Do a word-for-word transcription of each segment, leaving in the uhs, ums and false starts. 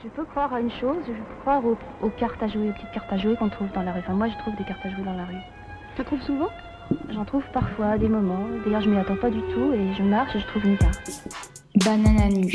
Je peux croire à une chose, je peux croire aux, aux cartes à jouer, aux petites cartes à jouer qu'on trouve dans la rue. Enfin, moi, je trouve des cartes à jouer dans la rue. Tu en trouves souvent ? J'en trouve parfois, à des moments. D'ailleurs, je m'y attends pas du tout et je marche et je trouve une carte. Banane nu.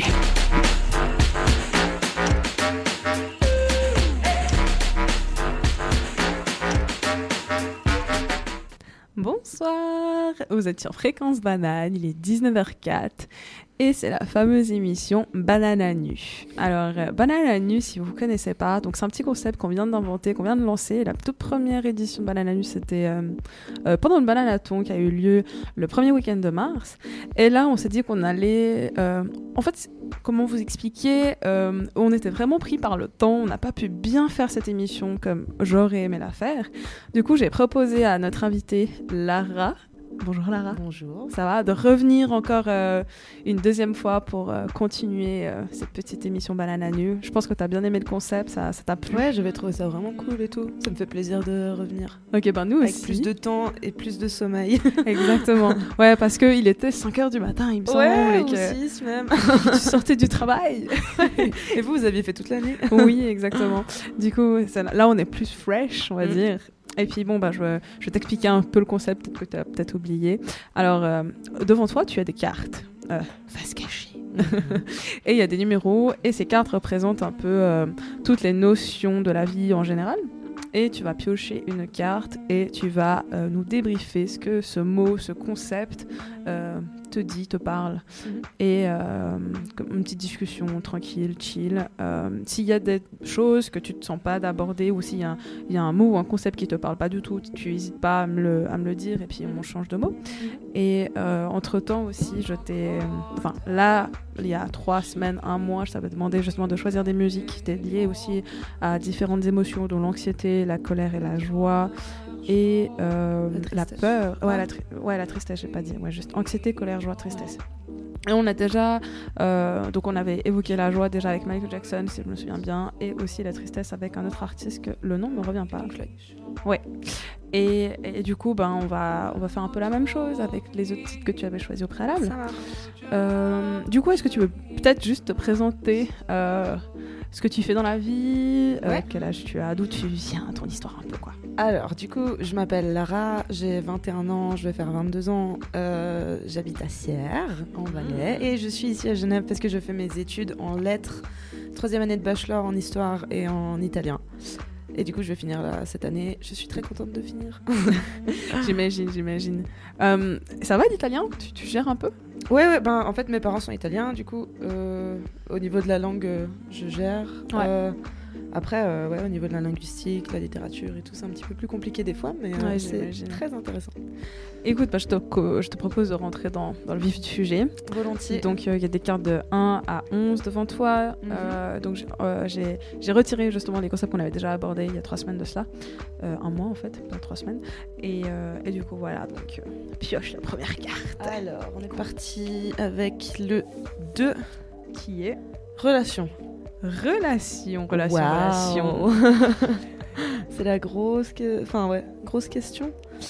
Bonsoir, vous êtes sur Fréquence Banane, il est dix-neuf heures quatre et c'est la fameuse émission Banane nu. Alors, euh, Banane nu, si vous ne connaissez pas, donc c'est un petit concept qu'on vient d'inventer, qu'on vient de lancer. La toute première édition de Banane nu, c'était euh, euh, pendant le Bananathon qui a eu lieu le premier week-end de mars. Et là, on s'est dit qu'on allait... Euh, en fait, comment vous expliquer euh, on était vraiment pris par le temps, on n'a pas pu bien faire cette émission comme j'aurais aimé la faire. Du coup, j'ai proposé à notre invitée Lara, bonjour Lara. Bonjour. Ça va, de revenir encore euh, une deuxième fois pour euh, continuer euh, cette petite émission Banane nu. Je pense que tu as bien aimé le concept, ça, ça t'a plu. Ouais, j'avais trouvé ça vraiment cool et tout. Ça me fait plaisir de revenir. Ok, ben nous Avec aussi. plus de temps et plus de sommeil. Exactement. Ouais, parce qu'il était cinq heures du matin, il me semble. Ouais, et ou que six même. tu sortais du travail. Et vous, vous aviez fait toute l'année? Oui, exactement. Du coup, ça, là, on est plus fresh, on va Mm. dire. Et puis bon, bah, je, je vais t'expliquer un peu le concept, peut-être que tu as peut-être oublié. Alors, euh, devant toi, tu as des cartes, euh, face cachée. Et il y a des numéros, et ces cartes représentent un peu euh, toutes les notions de la vie en général. Et tu vas piocher une carte et tu vas euh, nous débriefer ce que ce mot, ce concept euh, te dit, te parle. Mm-hmm. Et euh, comme une petite discussion tranquille, chill. Euh, s'il y a des choses que tu ne te sens pas d'aborder ou s'il y a, il y a un mot ou un concept qui ne te parle pas du tout, tu n'hésites pas à me, le, à me le dire et puis on change de mot. Et euh, entre-temps aussi, je t'ai... Enfin, là, il y a trois semaines, un mois, je t'avais demandé justement de choisir des musiques qui étaient liées aussi à différentes émotions, dont l'anxiété, la colère et la joie. Et euh, la, la peur, ouais, la, tri- ouais, la tristesse, j'ai pas dit, ouais, juste anxiété, colère, joie, tristesse. Et on a déjà, euh, donc on avait évoqué la joie déjà avec Michael Jackson, si je me souviens bien, et aussi la tristesse avec un autre artiste que le nom ne me revient pas. Ouais. Et, et du coup, ben, on va, on va faire un peu la même chose avec les autres titres que tu avais choisis au préalable. Ça marche. Euh, du coup, est-ce que tu veux peut-être juste te présenter euh, ce que tu fais dans la vie, euh, Ouais. quel âge tu as, d'où tu viens, ton histoire un peu quoi. Alors, du coup, je m'appelle Lara, j'ai vingt et un ans, je vais faire vingt-deux ans. Euh, j'habite à Sierre, en Valais, et je suis ici à Genève parce que je fais mes études en lettres, troisième année de bachelor en histoire et en italien. Et du coup, je vais finir là cette année. Je suis très contente de finir. J'imagine, j'imagine. Euh, ça va l'italien tu, tu gères un peu? Ouais, ouais, ben en fait, mes parents sont italiens, du coup, euh, au niveau de la langue, euh, je gère. Ouais. Euh, après, euh, ouais, au niveau de la linguistique, la littérature et tout, c'est un petit peu plus compliqué des fois, mais euh, Ouais, c'est j'imagine. très intéressant. Écoute, bah, je, te, co- je te propose de rentrer dans, dans le vif du sujet. Volontiers. Donc, il euh, y a des cartes de un à onze devant toi. Mhm. Euh, donc, j'ai, euh, j'ai, j'ai retiré justement les concepts qu'on avait déjà abordés il y a trois semaines de cela. Euh, un mois, en fait, pas trois semaines. Et, euh, et du coup, voilà. Donc, euh, pioche la première carte. Alors, on est parti avec le deux, Qui est relation. relation. Relation, Waouh. relation. C'est la grosse, que... enfin, ouais, grosse question.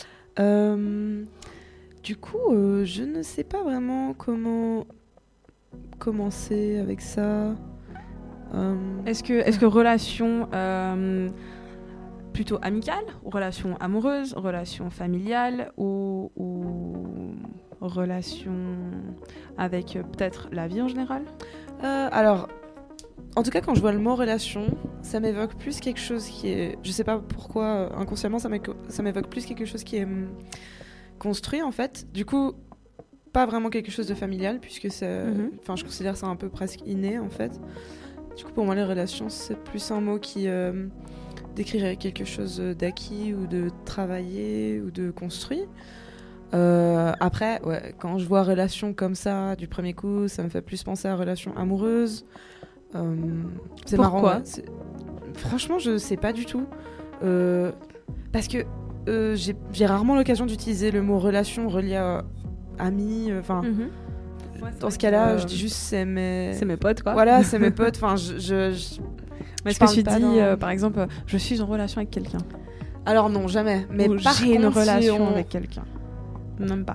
Euh, du coup, euh, je ne sais pas vraiment comment commencer avec ça. Euh, Est-ce que, est-ce que relation euh, plutôt amicale, ou relation amoureuse, relation familiale ou, ou relation avec euh, peut-être la vie en général? euh, alors, en tout cas, quand je vois le mot relation, ça m'évoque plus quelque chose qui est... Je sais pas pourquoi, euh, inconsciemment, ça m'éco- ça m'évoque plus quelque chose qui est hum, construit, en fait. Du coup, pas vraiment quelque chose de familial, puisque c'est... Mhm. Enfin, je considère ça un peu presque inné, en fait. Du coup, pour moi, les relations, c'est plus un mot qui euh, décrirait quelque chose d'acquis ou de travaillé ou de construit. Euh, après, ouais, quand je vois relation comme ça, du premier coup, ça me fait plus penser à relation amoureuse. Euh, c'est Pourquoi marrant. Ouais, c'est... Franchement, je sais pas du tout. Euh, parce que euh, j'ai, j'ai rarement l'occasion d'utiliser le mot relation relié à ami. Enfin, Mhm. dans ce cas-là, euh, je dis juste c'est mes... C'est mes potes, quoi. Voilà, c'est mes potes. Enfin, je, je, je- Mais je est-ce que parle tu pas dis, d'un- euh, par exemple, euh, je suis en relation avec quelqu'un? Alors non, jamais. Mais Ou par j'ai une contre, si relation on- avec quelqu'un? Même pas.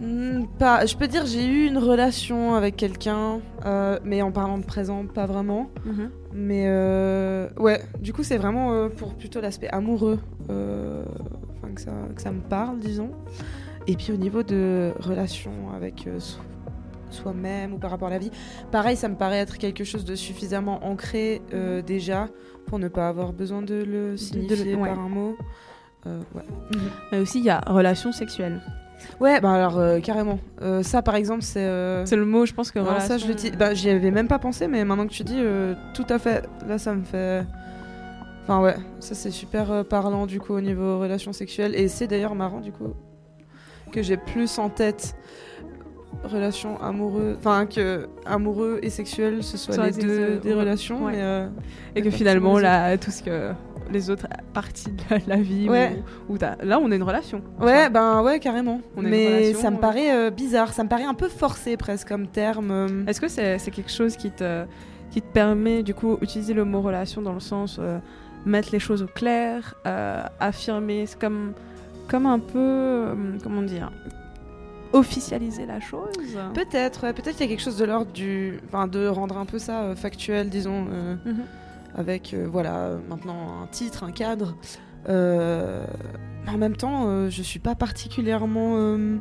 Hmm, pas, je peux dire j'ai eu une relation avec quelqu'un, euh, mais en parlant de présent, pas vraiment. Mhm. Mais euh, ouais, du coup c'est vraiment euh, pour plutôt l'aspect amoureux, euh, enfin que ça, que ça me parle, disons. Et puis au niveau de relation avec euh, so- soi-même ou par rapport à la vie, pareil, ça me paraît être quelque chose de suffisamment ancré euh, déjà pour ne pas avoir besoin de le signifier ouais. par un mot. Euh, ouais. Mais aussi, il y a relation sexuelle. Ouais, bah alors euh, carrément. Euh, ça par exemple, c'est. euh, C'est le mot, je pense que alors relation... ça, je le dis. Bah, j'y avais même pas pensé, mais maintenant que tu dis, euh, tout à fait. Là, ça me fait. Enfin, ouais, ça c'est super euh, parlant du coup au niveau relations sexuelles. Et c'est d'ailleurs marrant du coup que j'ai plus en tête relations amoureuses. Enfin, que amoureux et sexuel, ce soit Soit les des- deux euh, des ouais. relations. Ouais. Mais, euh, Et que pas finalement, forcément là, tout ce que... les autres parties de la, la vie, Ouais. où, où t'as- là, on a une relation. en Ouais, soi. ben ouais, carrément. On a une mais relation, ça me euh. paraît euh, bizarre, ça me paraît un peu forcé presque comme terme. euh. Est-ce que c'est c'est quelque chose qui te, qui te permet, du coup, utiliser le mot relation dans le sens euh, mettre les choses au clair, euh, affirmer, c'est comme, comme un peu, euh, comment dire, officialiser la chose. Peut-être, ouais, peut-être qu'il y a quelque chose de l'ordre du, enfin, de rendre un peu ça euh, factuel, disons, euh, Mhm. avec euh, voilà, euh, maintenant un titre, un cadre. Euh, mais en même temps, euh, je suis pas particulièrement, euh,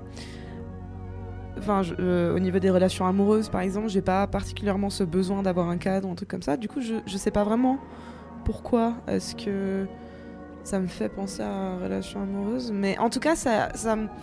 enfin, je- euh, au niveau des relations amoureuses, par exemple, j'ai pas particulièrement ce besoin d'avoir un cadre ou un truc comme ça. Du coup, je, je sais pas vraiment pourquoi est-ce que ça me fait penser à relation amoureuse, mais en tout cas, ça, ça me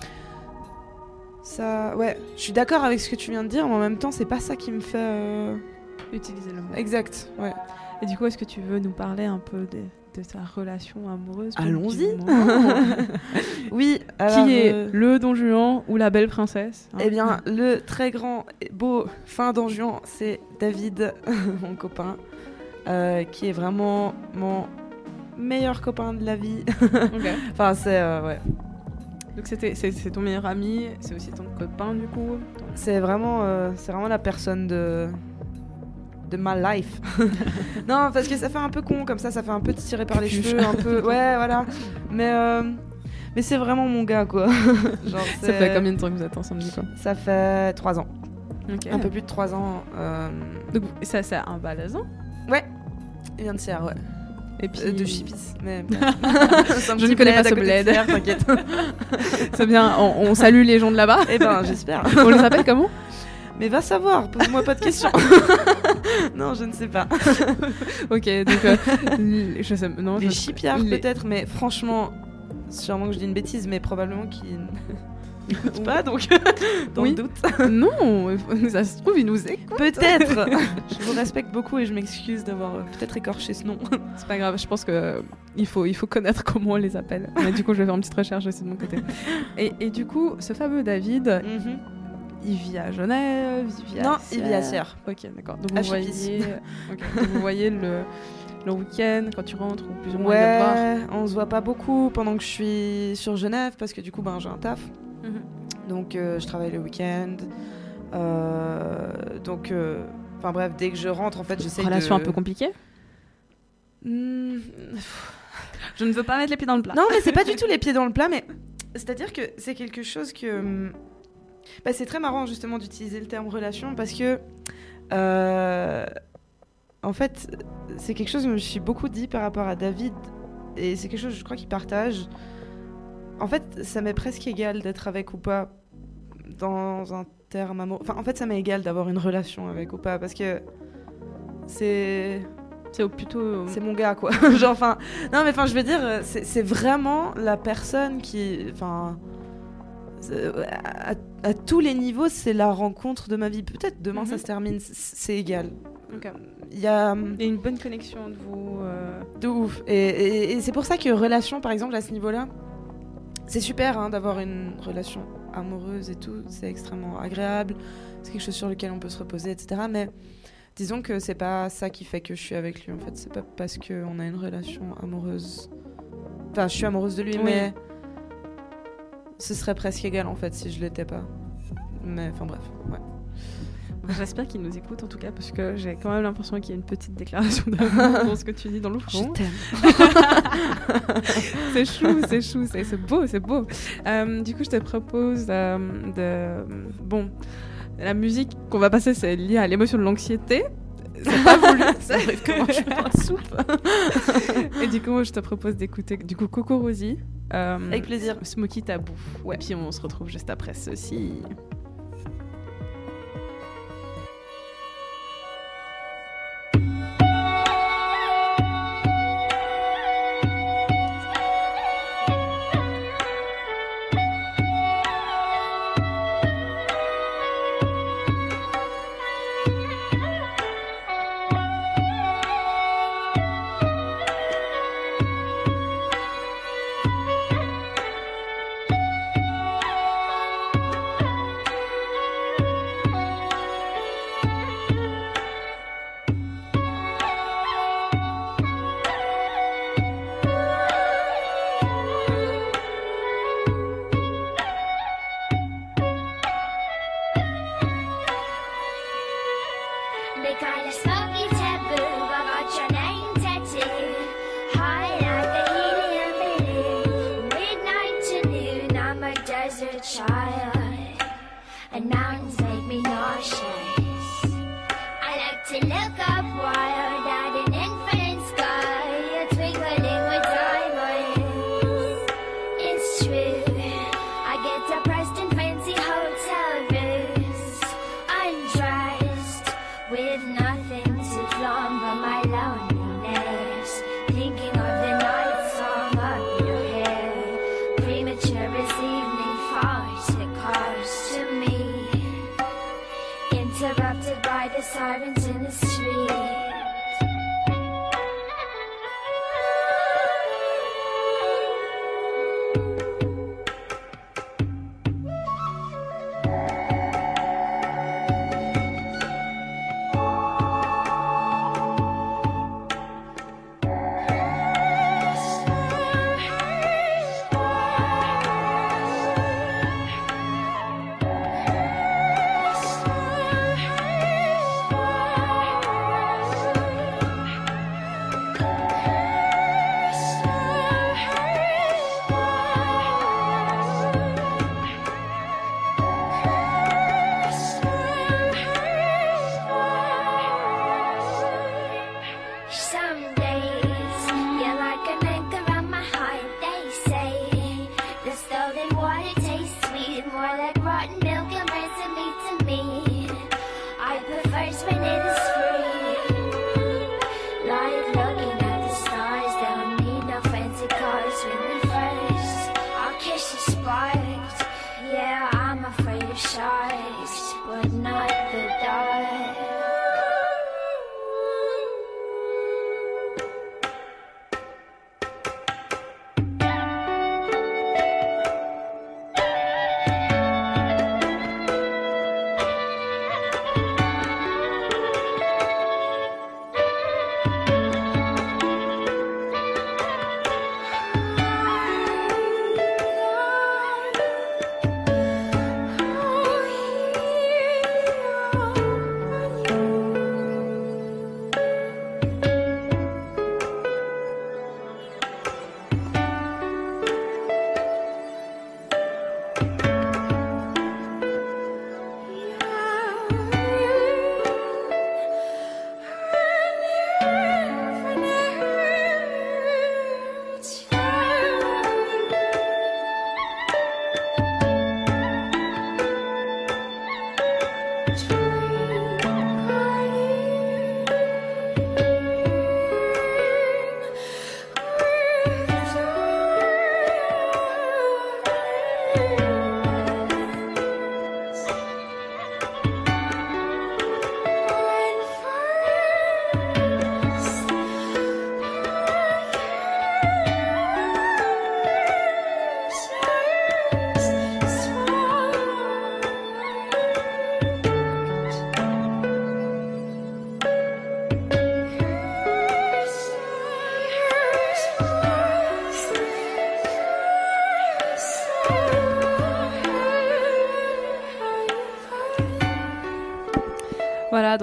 Ça, ouais, je suis d'accord avec ce que tu viens de dire, mais en même temps, c'est pas ça qui me fait. euh, Utiliser le mot. Exact, ouais. Et du coup, est-ce que tu veux nous parler un peu de, de ta relation amoureuse depuis Allons-y. le moment Oui, alors, Qui est euh, le Don Juan ou la belle princesse hein Eh bien, le très grand et beau fin Don Juan, c'est David, mon copain, euh, qui est vraiment mon meilleur copain de la vie. Ok. Enfin, c'est. euh, ouais. Donc c'était, c'est, c'est ton meilleur ami, c'est aussi ton copain du coup. C'est vraiment, euh, c'est vraiment la personne de. de my life. Non, parce que ça fait un peu con, comme ça, ça fait un peu tirer par les Fuge. cheveux, un peu. Ouais, voilà. Mais. euh, Mais c'est vraiment mon gars, quoi. Genre, Ça c'est- fait combien de temps que vous êtes ensemble du coup Ça fait trois ans. Ok. Un peu plus de trois ans. euh, Donc ça c'est un balasin. Ouais. Il vient de Serre, ouais. Et puis Euh, de Chipis. Mais... Je ne connais pas ce bled. T'inquiète. C'est bien, on, on salue les gens de là-bas. Eh ben, j'espère. On les appelle comment? Mais va savoir, pose-moi pas de questions. Non, je ne sais pas. Ok, donc euh, l- je sais non. Les je- chipiards les- peut-être, mais franchement, sûrement que je dis une bêtise, mais probablement qu'ils n'écoutent pas, donc dans Oui. le doute. Non, ça se trouve ils nous écoutent. Peut-être. Je vous respecte beaucoup et je m'excuse d'avoir euh, peut-être écorché ce nom. C'est pas grave, je pense que euh, il faut il faut connaître comment on les appelle. Mais du coup, je vais faire une petite recherche aussi de mon côté. Et, et du coup, ce fameux David, Mhm. il vit à Genève, il vit à Non, il vit à Sierre. Ok, d'accord. Donc À vous Chipis. voyez, ok, donc vous voyez le le week-end quand tu rentres ou plus ou moins il vient te voir. Ouais, on se voit pas beaucoup pendant que je suis sur Genève parce que du coup, ben, j'ai un taf. Mhm. Donc euh, je travaille le week-end. Euh, donc, euh, enfin bref, dès que je rentre, en fait, j'essaye de... Relation un peu compliquée. Hmm, Je ne veux pas mettre les pieds dans le plat. Non, mais c'est pas du tout les pieds dans le plat, mais c'est-à-dire que c'est quelque chose que... hum, Bah, c'est très marrant justement d'utiliser le terme relation parce que... euh, En fait, c'est quelque chose que je me suis beaucoup dit par rapport à David et c'est quelque chose, je crois, qu'il partage. En fait, ça m'est presque égal d'être avec ou pas dans un terme amoureux. Enfin, en fait, ça m'est égal d'avoir une relation avec ou pas parce que c'est... C'est au- plutôt. C'est mon gars, quoi. Genre, enfin... Non, mais enfin, je veux dire, c'est c'est vraiment la personne qui... Enfin... c'est- À, à tous les niveaux, c'est la rencontre de ma vie. Peut-être demain, Mhm. ça se termine, c'est- c'est égal. Ok. Il y a... Il y a une bonne connexion entre vous. euh, De ouf. Et, et- et c'est pour ça que relation, par exemple, à ce niveau-là, c'est super hein, d'avoir une relation amoureuse et tout. C'est extrêmement agréable. C'est quelque chose sur lequel on peut se reposer, et cetera. Mais disons que c'est pas ça qui fait que je suis avec lui. En fait, c'est pas parce qu'on a une relation amoureuse. Enfin, je suis amoureuse de lui, Oui. mais ce serait presque égal en fait si je l'étais pas. Mais enfin bref, ouais. J'espère qu'il nous écoute en tout cas, parce que j'ai quand même l'impression qu'il y a une petite déclaration d'amour dans ce que tu dis dans le fond. Je t'aime. C'est chou, c'est chou, c'est, c'est beau, c'est beau. Euh, du coup, je te propose euh, de... Bon, la musique qu'on va passer, c'est lié à l'émotion de l'anxiété. C'est pas voulu, ça arrive comment je fais la soupe. Et du coup, moi, je te propose d'écouter du coup Coco Rosie. Euh, Avec plaisir. Smoky Tabou. Ouais. Et puis on se retrouve juste après ceci.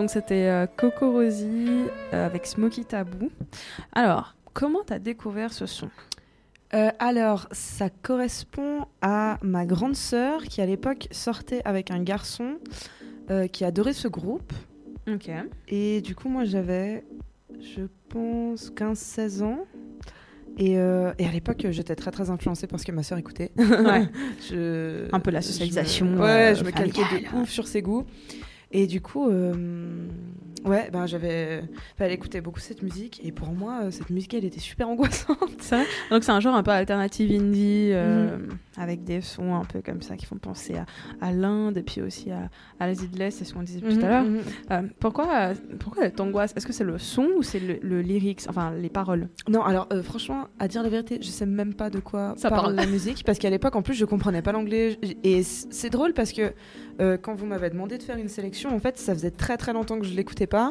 donc c'était euh, Coco Rosie euh, avec Smoky Taboo. Alors, comment t'as découvert ce son ? Euh, alors, ça correspond à ma grande sœur qui, à l'époque, sortait avec un garçon euh, qui adorait ce groupe. Ok. Et du coup, moi, j'avais, je pense, quinze seize ans. Et, euh, et à l'époque, j'étais très, très influencée par ce que ma sœur écoutait. Ouais. je, Un peu la socialisation. Je me, ouais, euh, je me familiale. calquais de ouf sur ses goûts. Et du coup, euh, ouais, ben j'avais, elle écoutait beaucoup cette musique et pour moi, cette musique, elle était super angoissante. C'est vrai. Donc c'est un genre un peu alternative indie euh, Mhm. avec des sons un peu comme ça qui font penser à, à l'Inde et puis aussi à, à l'Asie de l'Est, c'est ce qu'on disait tout à l'heure. Mhm. Euh, pourquoi, euh, pourquoi elle t'angoisse ? Est-ce que c'est le son ou c'est le, le lyrics, enfin les paroles ? Non, alors euh, franchement, à dire la vérité, je sais même pas de quoi Ça parle parle. la musique parce qu'à l'époque, en plus, je comprenais pas l'anglais et c- c'est drôle parce que euh, quand vous m'avez demandé de faire une sélection, en fait, ça faisait très très longtemps que je l'écoutais pas.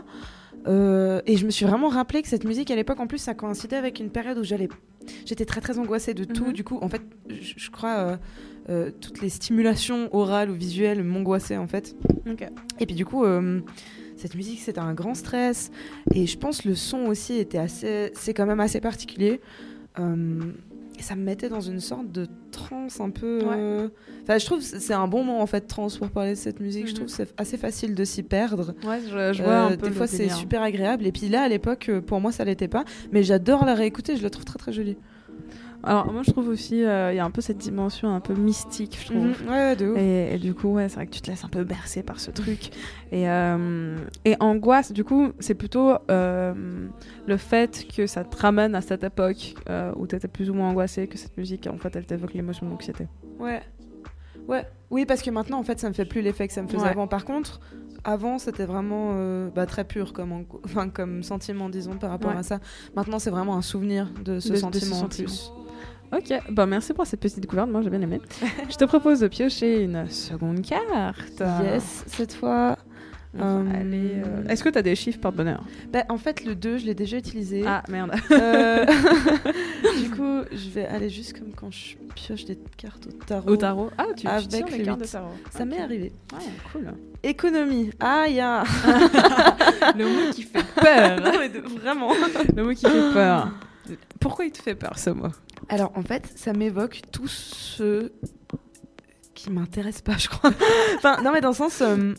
Euh, et je me suis vraiment rappelé que cette musique à l'époque en plus ça coïncidait avec une période où j'allais j'étais très très angoissée de tout. Mhm. Du coup en fait je, je crois euh, euh, toutes les stimulations orales ou visuelles m'angoissaient en fait. Ok. Et puis du coup euh, cette musique c'était un grand stress et je pense le son aussi était assez c'est quand même assez particulier. Euh, et ça me mettait dans une sorte de transe un peu euh, enfin je trouve que c'est un bon mot en fait transe pour parler de cette musique. Mhm. Je trouve que c'est assez facile de s'y perdre. Ouais, je, je vois Euh, un peu des le fois c'est délire. super agréable et puis là à l'époque euh, pour moi ça l'était pas mais j'adore la réécouter, je la trouve très très jolie. Alors moi je trouve aussi il euh, y a un peu cette dimension un peu mystique, je trouve. Mhm. Ouais, ouais, de ouf. Et, et du coup, ouais, c'est vrai que tu te laisses un peu bercer par ce truc. Et, euh, et angoisse, du coup, c'est plutôt euh, le fait que ça te ramène à cette époque euh, où tu étais plus ou moins angoissée, que cette musique, en fait, elle t'évoque l'émotion de l'anxiété. Ouais. Ouais. Oui, parce que maintenant, en fait, ça me fait plus l'effet que ça me faisait Ouais. avant. Par contre, avant, c'était vraiment euh, bah, très pur comme, ango- enfin, comme sentiment, disons, par rapport Ouais. à ça. Maintenant, c'est vraiment un souvenir de ce De- de ce sentiment en sentiment. plus. Ok, bah merci pour cette petite découverte, moi j'ai bien aimé. Je te propose de piocher une seconde carte. Yes, cette fois. On va Euh, aller, euh, Est-ce que tu as des chiffres par bonheur ? Bah, en fait, le deux, je l'ai déjà utilisé. Ah merde. Euh, du coup, je vais aller juste comme quand je pioche des cartes au tarot. Au tarot. Ah, tu, tu Avec tires les le cartes de huit. tarot. Ça Ok. m'est arrivé. Ouais, cool. Économie. Ah, il y a. Le mot qui fait peur. Non, mais de- vraiment. Le mot qui fait peur. Pourquoi il te fait peur ce mot ? Alors, en fait, ça m'évoque tous ceux qui m'intéressent pas, je crois. Enfin, non, mais dans le sens. euh,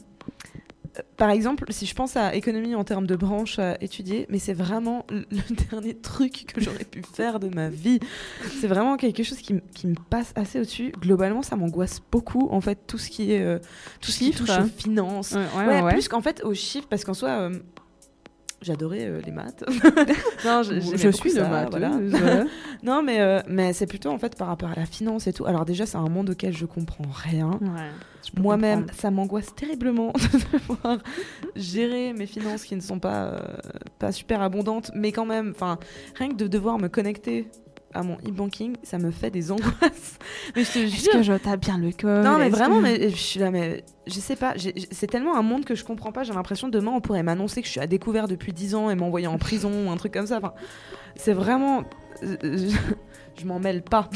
Par exemple, si je pense à économie en termes de branches à étudier, mais c'est vraiment le le dernier truc que j'aurais pu faire de ma vie. C'est vraiment quelque chose qui, m- qui me passe assez au-dessus. Globalement, ça m'angoisse beaucoup, en fait, tout ce qui est euh, tout ce qui Chiffres. touche aux finances. Ouais, Ouais, plus qu'en fait aux chiffres, parce qu'en soi, euh, j'adorais euh, les maths. non, je, Je, j'aimais suis beaucoup de ça, maths. voilà. Voilà. Non, mais, euh, mais c'est plutôt en fait par rapport à la finance et tout. Alors déjà, c'est un monde auquel je comprends rien. Ouais, je peux Moi-même, comprendre. ça m'angoisse terriblement de devoir gérer mes finances qui ne sont pas, euh, pas super abondantes, mais quand même, enfin, rien que de devoir me connecter à mon e-banking, ça me fait des angoisses. Mais je te Est-ce jure. que je tape bien le code ? Non mais Est-ce vraiment, que- mais je suis là, mais je sais pas, j'ai- j'ai- c'est tellement un monde que je comprends pas, j'ai l'impression demain on pourrait m'annoncer que je suis à découvert depuis dix ans et m'envoyer en prison ou un truc comme ça, enfin, c'est vraiment... euh, Je, je m'en mêle pas.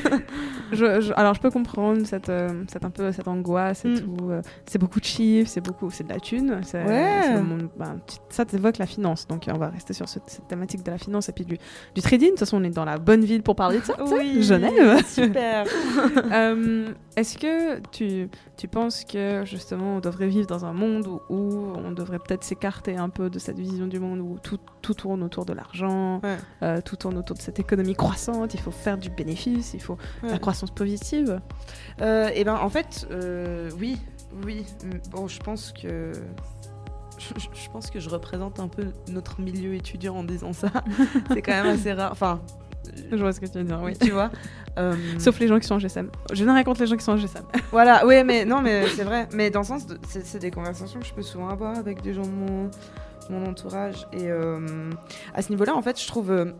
Je- je- alors je peux comprendre cette, euh, cette un peu cette angoisse et Mm. tout. euh, c'est beaucoup de chiffres, c'est beaucoup, c'est de la thune. C'est, Ouais. c'est le monde- bah, tu- ça t'évoque la finance, donc euh, on va rester sur ce- cette thématique de la finance et puis du, du trading. De toute façon, on est dans la bonne ville pour parler de ça. tu sais, Genève. Super. Euh, est-ce que tu, tu penses que justement on devrait vivre dans un monde où, où on devrait peut-être s'écarter un peu de cette vision du monde où tout, tout tourne autour de l'argent, Ouais. euh, tout tourne autour de cette économie croissante, il faut faire du bénéfice, il faut Ouais. la croissance positive. Euh, et ben en fait, euh, oui, oui. Bon, je pense que je, je pense que je représente un peu notre milieu étudiant en disant ça. C'est quand même assez rare. Enfin, Je vois ce que tu veux dire, oui. tu vois. Euh, Sauf les gens qui sont en G S M. Je n'ai rien contre les gens qui sont en G S M. Voilà, ouais, mais non, mais c'est vrai. Mais dans le sens, de- c'est c'est des conversations que je peux souvent avoir avec des gens de mon, mon entourage. Et euh, à ce niveau-là, en fait, je trouve, euh,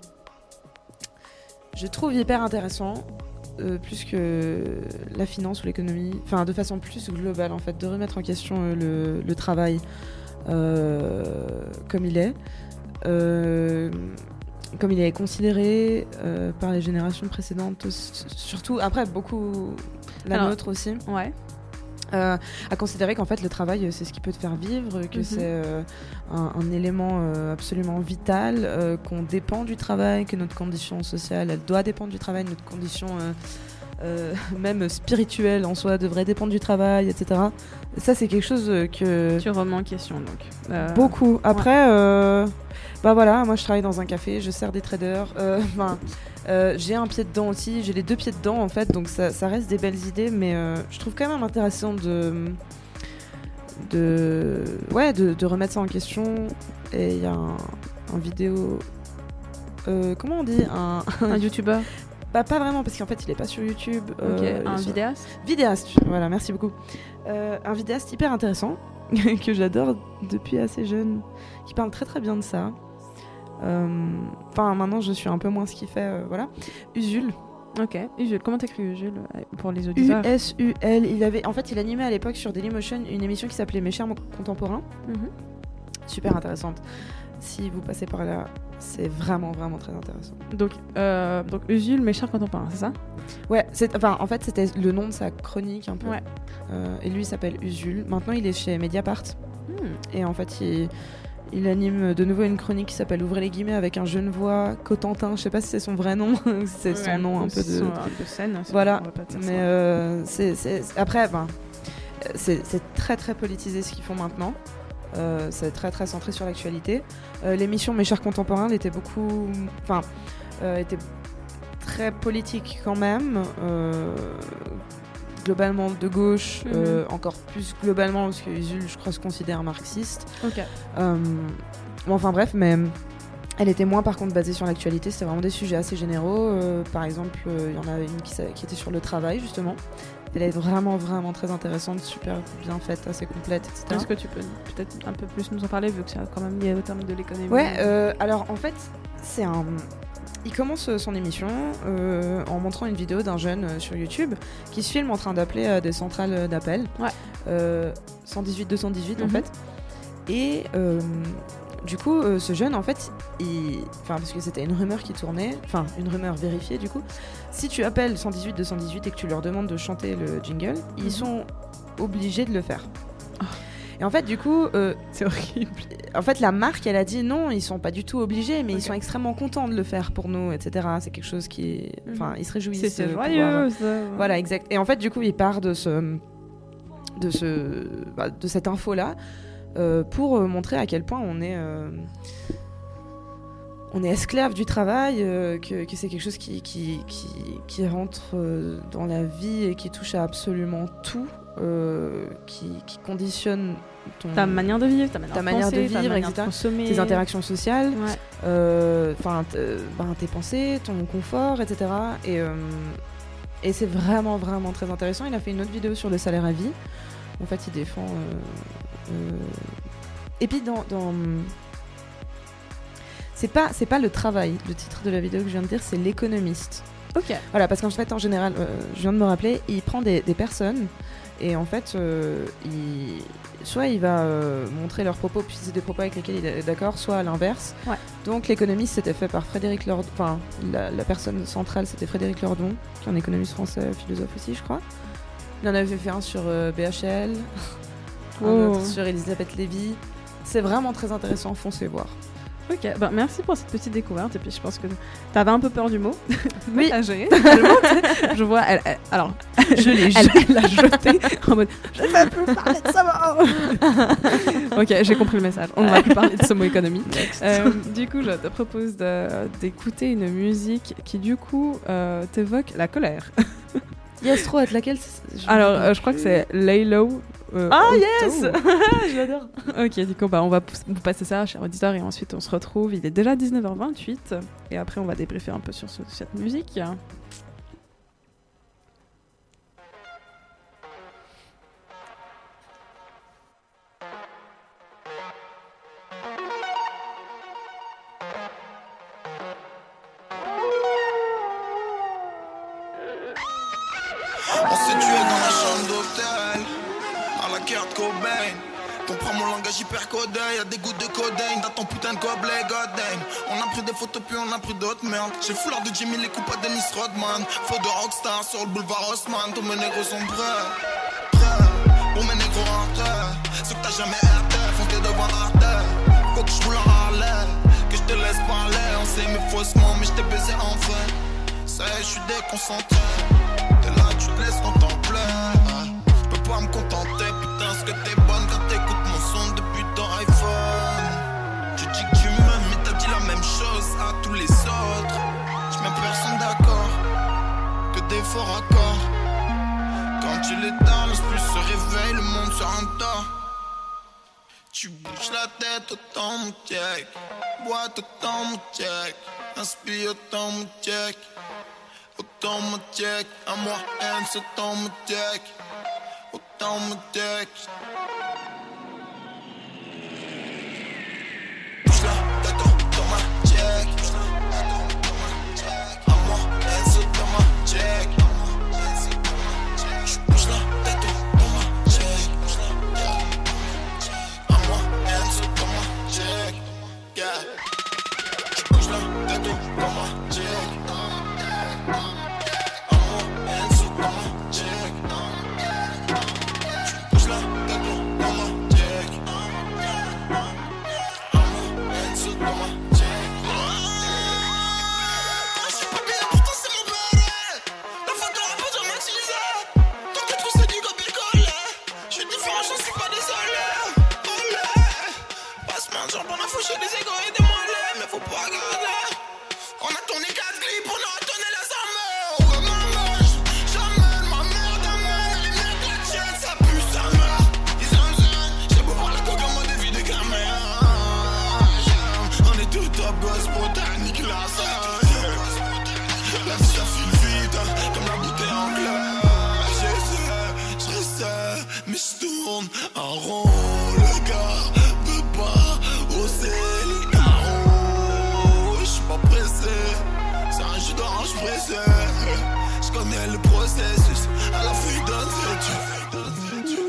je trouve hyper intéressant, euh, plus que la finance ou l'économie, enfin, de façon plus globale, en fait, de remettre en question euh, le, le travail euh, comme il est. Euh, comme il est considéré euh, par les générations précédentes, s- surtout après beaucoup la Alors, nôtre aussi. Ouais. Euh, à considérer qu'en fait le travail c'est ce qui peut te faire vivre, que mm-hmm. c'est euh, un, un élément euh, absolument vital, euh, qu'on dépend du travail, que notre condition sociale elle doit dépendre du travail, notre condition euh, euh, même spirituelle en soi devrait dépendre du travail, et cetera. Ça c'est quelque chose que... Tu remets en question donc. Euh... Beaucoup. Après, ouais. euh, bah voilà, moi je travaille dans un café, je sers des traders, euh, euh, j'ai un pied dedans aussi, j'ai les deux pieds dedans en fait, donc ça, ça reste des belles idées, mais euh, je trouve quand même intéressant de, de, ouais, de, de remettre ça en question. Et il y a un, un vidéo, euh, comment on dit, un, un youtubeur. Bah pas vraiment parce qu'en fait il est pas sur YouTube. Ok, euh, un sur... vidéaste. Vidéaste, voilà, merci beaucoup. Euh, un vidéaste hyper intéressant que j'adore depuis assez jeune, qui parle très très bien de ça. Enfin, euh, maintenant je suis un peu moins ce qu'il fait, euh, voilà. Usul. Ok, Usul. Comment t'écris Usul pour les auditeurs? U S U L. Il avait, en fait, il animait à l'époque sur Dailymotion une émission qui s'appelait Mes chers contemporains. Mm-hmm. Super intéressante. Si vous passez par là, c'est vraiment vraiment très intéressant. Donc, euh, donc Usul, Mes chers contemporains, c'est ça? Ouais, c'est, enfin, en fait, c'était le nom de sa chronique un peu. Ouais. Euh, et lui, il s'appelle Usul. Maintenant, il est chez Mediapart. Mm. Et en fait, il Il anime de nouveau une chronique qui s'appelle Ouvrez les guillemets avec un Genevois, Cotentin. Je sais pas si c'est son vrai nom, c'est ouais, son nom un peu de. de scène. Voilà. Mais euh, c'est, c'est après, ben, c'est, c'est très très politisé ce qu'ils font maintenant. Euh, c'est très très centré sur l'actualité. Euh, l'émission Mes chers contemporains elle était beaucoup, enfin, euh, était très politique quand même. Euh, globalement de gauche, mmh. euh, encore plus globalement parce que Usul, je crois, se considère marxiste. Ok. Euh, bon, enfin bref, mais elle était moins par contre basée sur l'actualité. C'était vraiment des sujets assez généraux. Euh, par exemple, il euh, y en avait une qui, qui était sur le travail justement. Elle est vraiment vraiment très intéressante, super bien faite, assez complète, et cetera. Est-ce que tu peux peut-être un peu plus nous en parler vu que c'est quand même lié au terme de l'économie? Ouais. Euh, alors en fait, c'est un Il commence son émission euh, en montrant une vidéo d'un jeune euh, sur YouTube qui se filme en train d'appeler à des centrales d'appel. Ouais. Euh, cent dix-huit deux cent dix-huit mm-hmm. en fait. Et euh, du coup, euh, ce jeune, en fait, il... enfin, parce que c'était une rumeur qui tournait, enfin, une rumeur vérifiée du coup. Si tu appelles cent dix-huit deux cent dix-huit et que tu leur demandes de chanter le jingle, mm-hmm. ils sont obligés de le faire. Oh. Et en fait, du coup, euh, c'est horrible. En fait, la marque, elle a dit non, ils sont pas du tout obligés, mais okay. ils sont extrêmement contents de le faire pour nous, et cetera. C'est quelque chose qui, enfin, ils se réjouissent. C'est, c'est joyeux, pouvoir... ça. Ouais. Voilà, exact. Et en fait, du coup, il part de ce, de ce, bah, de cette info-là euh, pour montrer à quel point on est, euh, on est esclave du travail, euh, que, que c'est quelque chose qui, qui, qui, qui rentre euh, dans la vie et qui touche à absolument tout. Euh, qui, qui conditionne ton... ta manière de vivre, ta manière, ta de, manière penser, de vivre, ta manière et cetera. De consommer. Tes interactions sociales, ouais. euh, ben, tes pensées, ton confort, et cetera. Et, euh, et c'est vraiment, vraiment très intéressant. Il a fait une autre vidéo sur le salaire à vie. En fait, il défend... Euh, euh... Et puis, dans... dans... C'est pas, c'est pas le travail, le titre de la vidéo que je viens de dire, c'est l'économiste. Ok. Voilà, parce qu'en fait, en général, euh, je viens de me rappeler, il prend des, des personnes... Et en fait, euh, il... soit il va euh, montrer leurs propos, puis c'est des propos avec lesquels il est d'accord, soit à l'inverse. Ouais. Donc l'économiste, c'était fait par Frédéric Lordon. Enfin, la, la personne centrale, c'était Frédéric Lordon, qui est un économiste français, philosophe aussi, je crois. Il en avait fait un sur euh, B H L, oh. un autre sur Elisabeth Lévy. C'est vraiment très intéressant, foncez voir. Ok, ben merci pour cette petite découverte. Et puis je pense que t'avais un peu peur du mot. Oui. À gérer. Je vois, elle, elle, alors, je l'ai elle, elle l'a jeté en mode je ne veux plus parler de ce mot. Ok, j'ai compris le message. On ne va plus parler de ce mot économie. Euh, du coup, je te propose de, d'écouter une musique qui, du coup, euh, t'évoque la colère. Yes, trop, être laquelle je Alors, euh, je crois que c'est Lay Low. Euh, ah Auto. Yes. Je l'adore. Ok, du coup, bah, on va p- vous passer ça, chers auditeurs, et ensuite on se retrouve. Il est déjà dix-neuf heures vingt-huit, et après on va débriefer un peu sur ce, cette musique. On s'est tué dans la chambre d'hôtel, à la carte Cobain. Comprends mon langage hyper codé, y'a des gouttes de codeine dans ton putain de gobelet, goddamn. On a pris des photos puis on a pris d'autres merdes. J'ai le foulard de Jimmy, les coups à Dennis Rodman. Faux de rockstar sur le boulevard Haussmann, tous mes négros sont prêts, prêts. jamais R T, foncé devant l'artère. Faut que je roule en Harley, que je te laisse parler. On s'est aimé faussement, mais je t'ai baisé enfin. Ça y est, je suis déconcentré. T'es là, tu te laisses contempler. Je peux pas me contenter, putain, ce que t'es bonne quand t'écoutes mon son depuis ton iPhone. Tu dis que tu m'aimes, mais t'as dit la même chose à tous les autres. J'mets personne d'accord, que des faux raccords. Quand tu l'étales, plus se réveille, le monde se endort. Tu bouges la tête autant mon check, boite autant mon check, inspire autant mon check, autant mon check, à moi hands autant mon check, autant mon check. Bouge la tête autant mon check, à moi hands autant mon check. Je bouge la tête autant mon check. Yeah. Je bouge la tête au dans ma check. Amour, elle saute dans ma check. Je bouge la tête au dans ma check. Amour, elle saute dans ma check. Je suis pas bien, pourtant c'est mon bébé. La photo a pas jamais utilisé. Tant que tout c'est du copier-coller. Je suis différent, j'en suis pas désolé. Genre on a fouché des égos et des mollets, mais faut pas regarder. On a tourné quatre clips, on a retourné les armes. Oh ma mèche, j'amène ma mère d'amène. Les mecs la tienne, ça pue sa mère. Ils en gênent, j'ai beau voir la coque en mode vie de caméra. On est tout top boss botanique là, ça. La vie ça file vite, comme la bouteille anglaise. J'essaie, j'essaie, mais j'tourne en rond, le gars. C'est les carreaux, je suis pas pressé, c'est un jus d'orange pressé. Je connais le processus, à la feuille d'un têtu.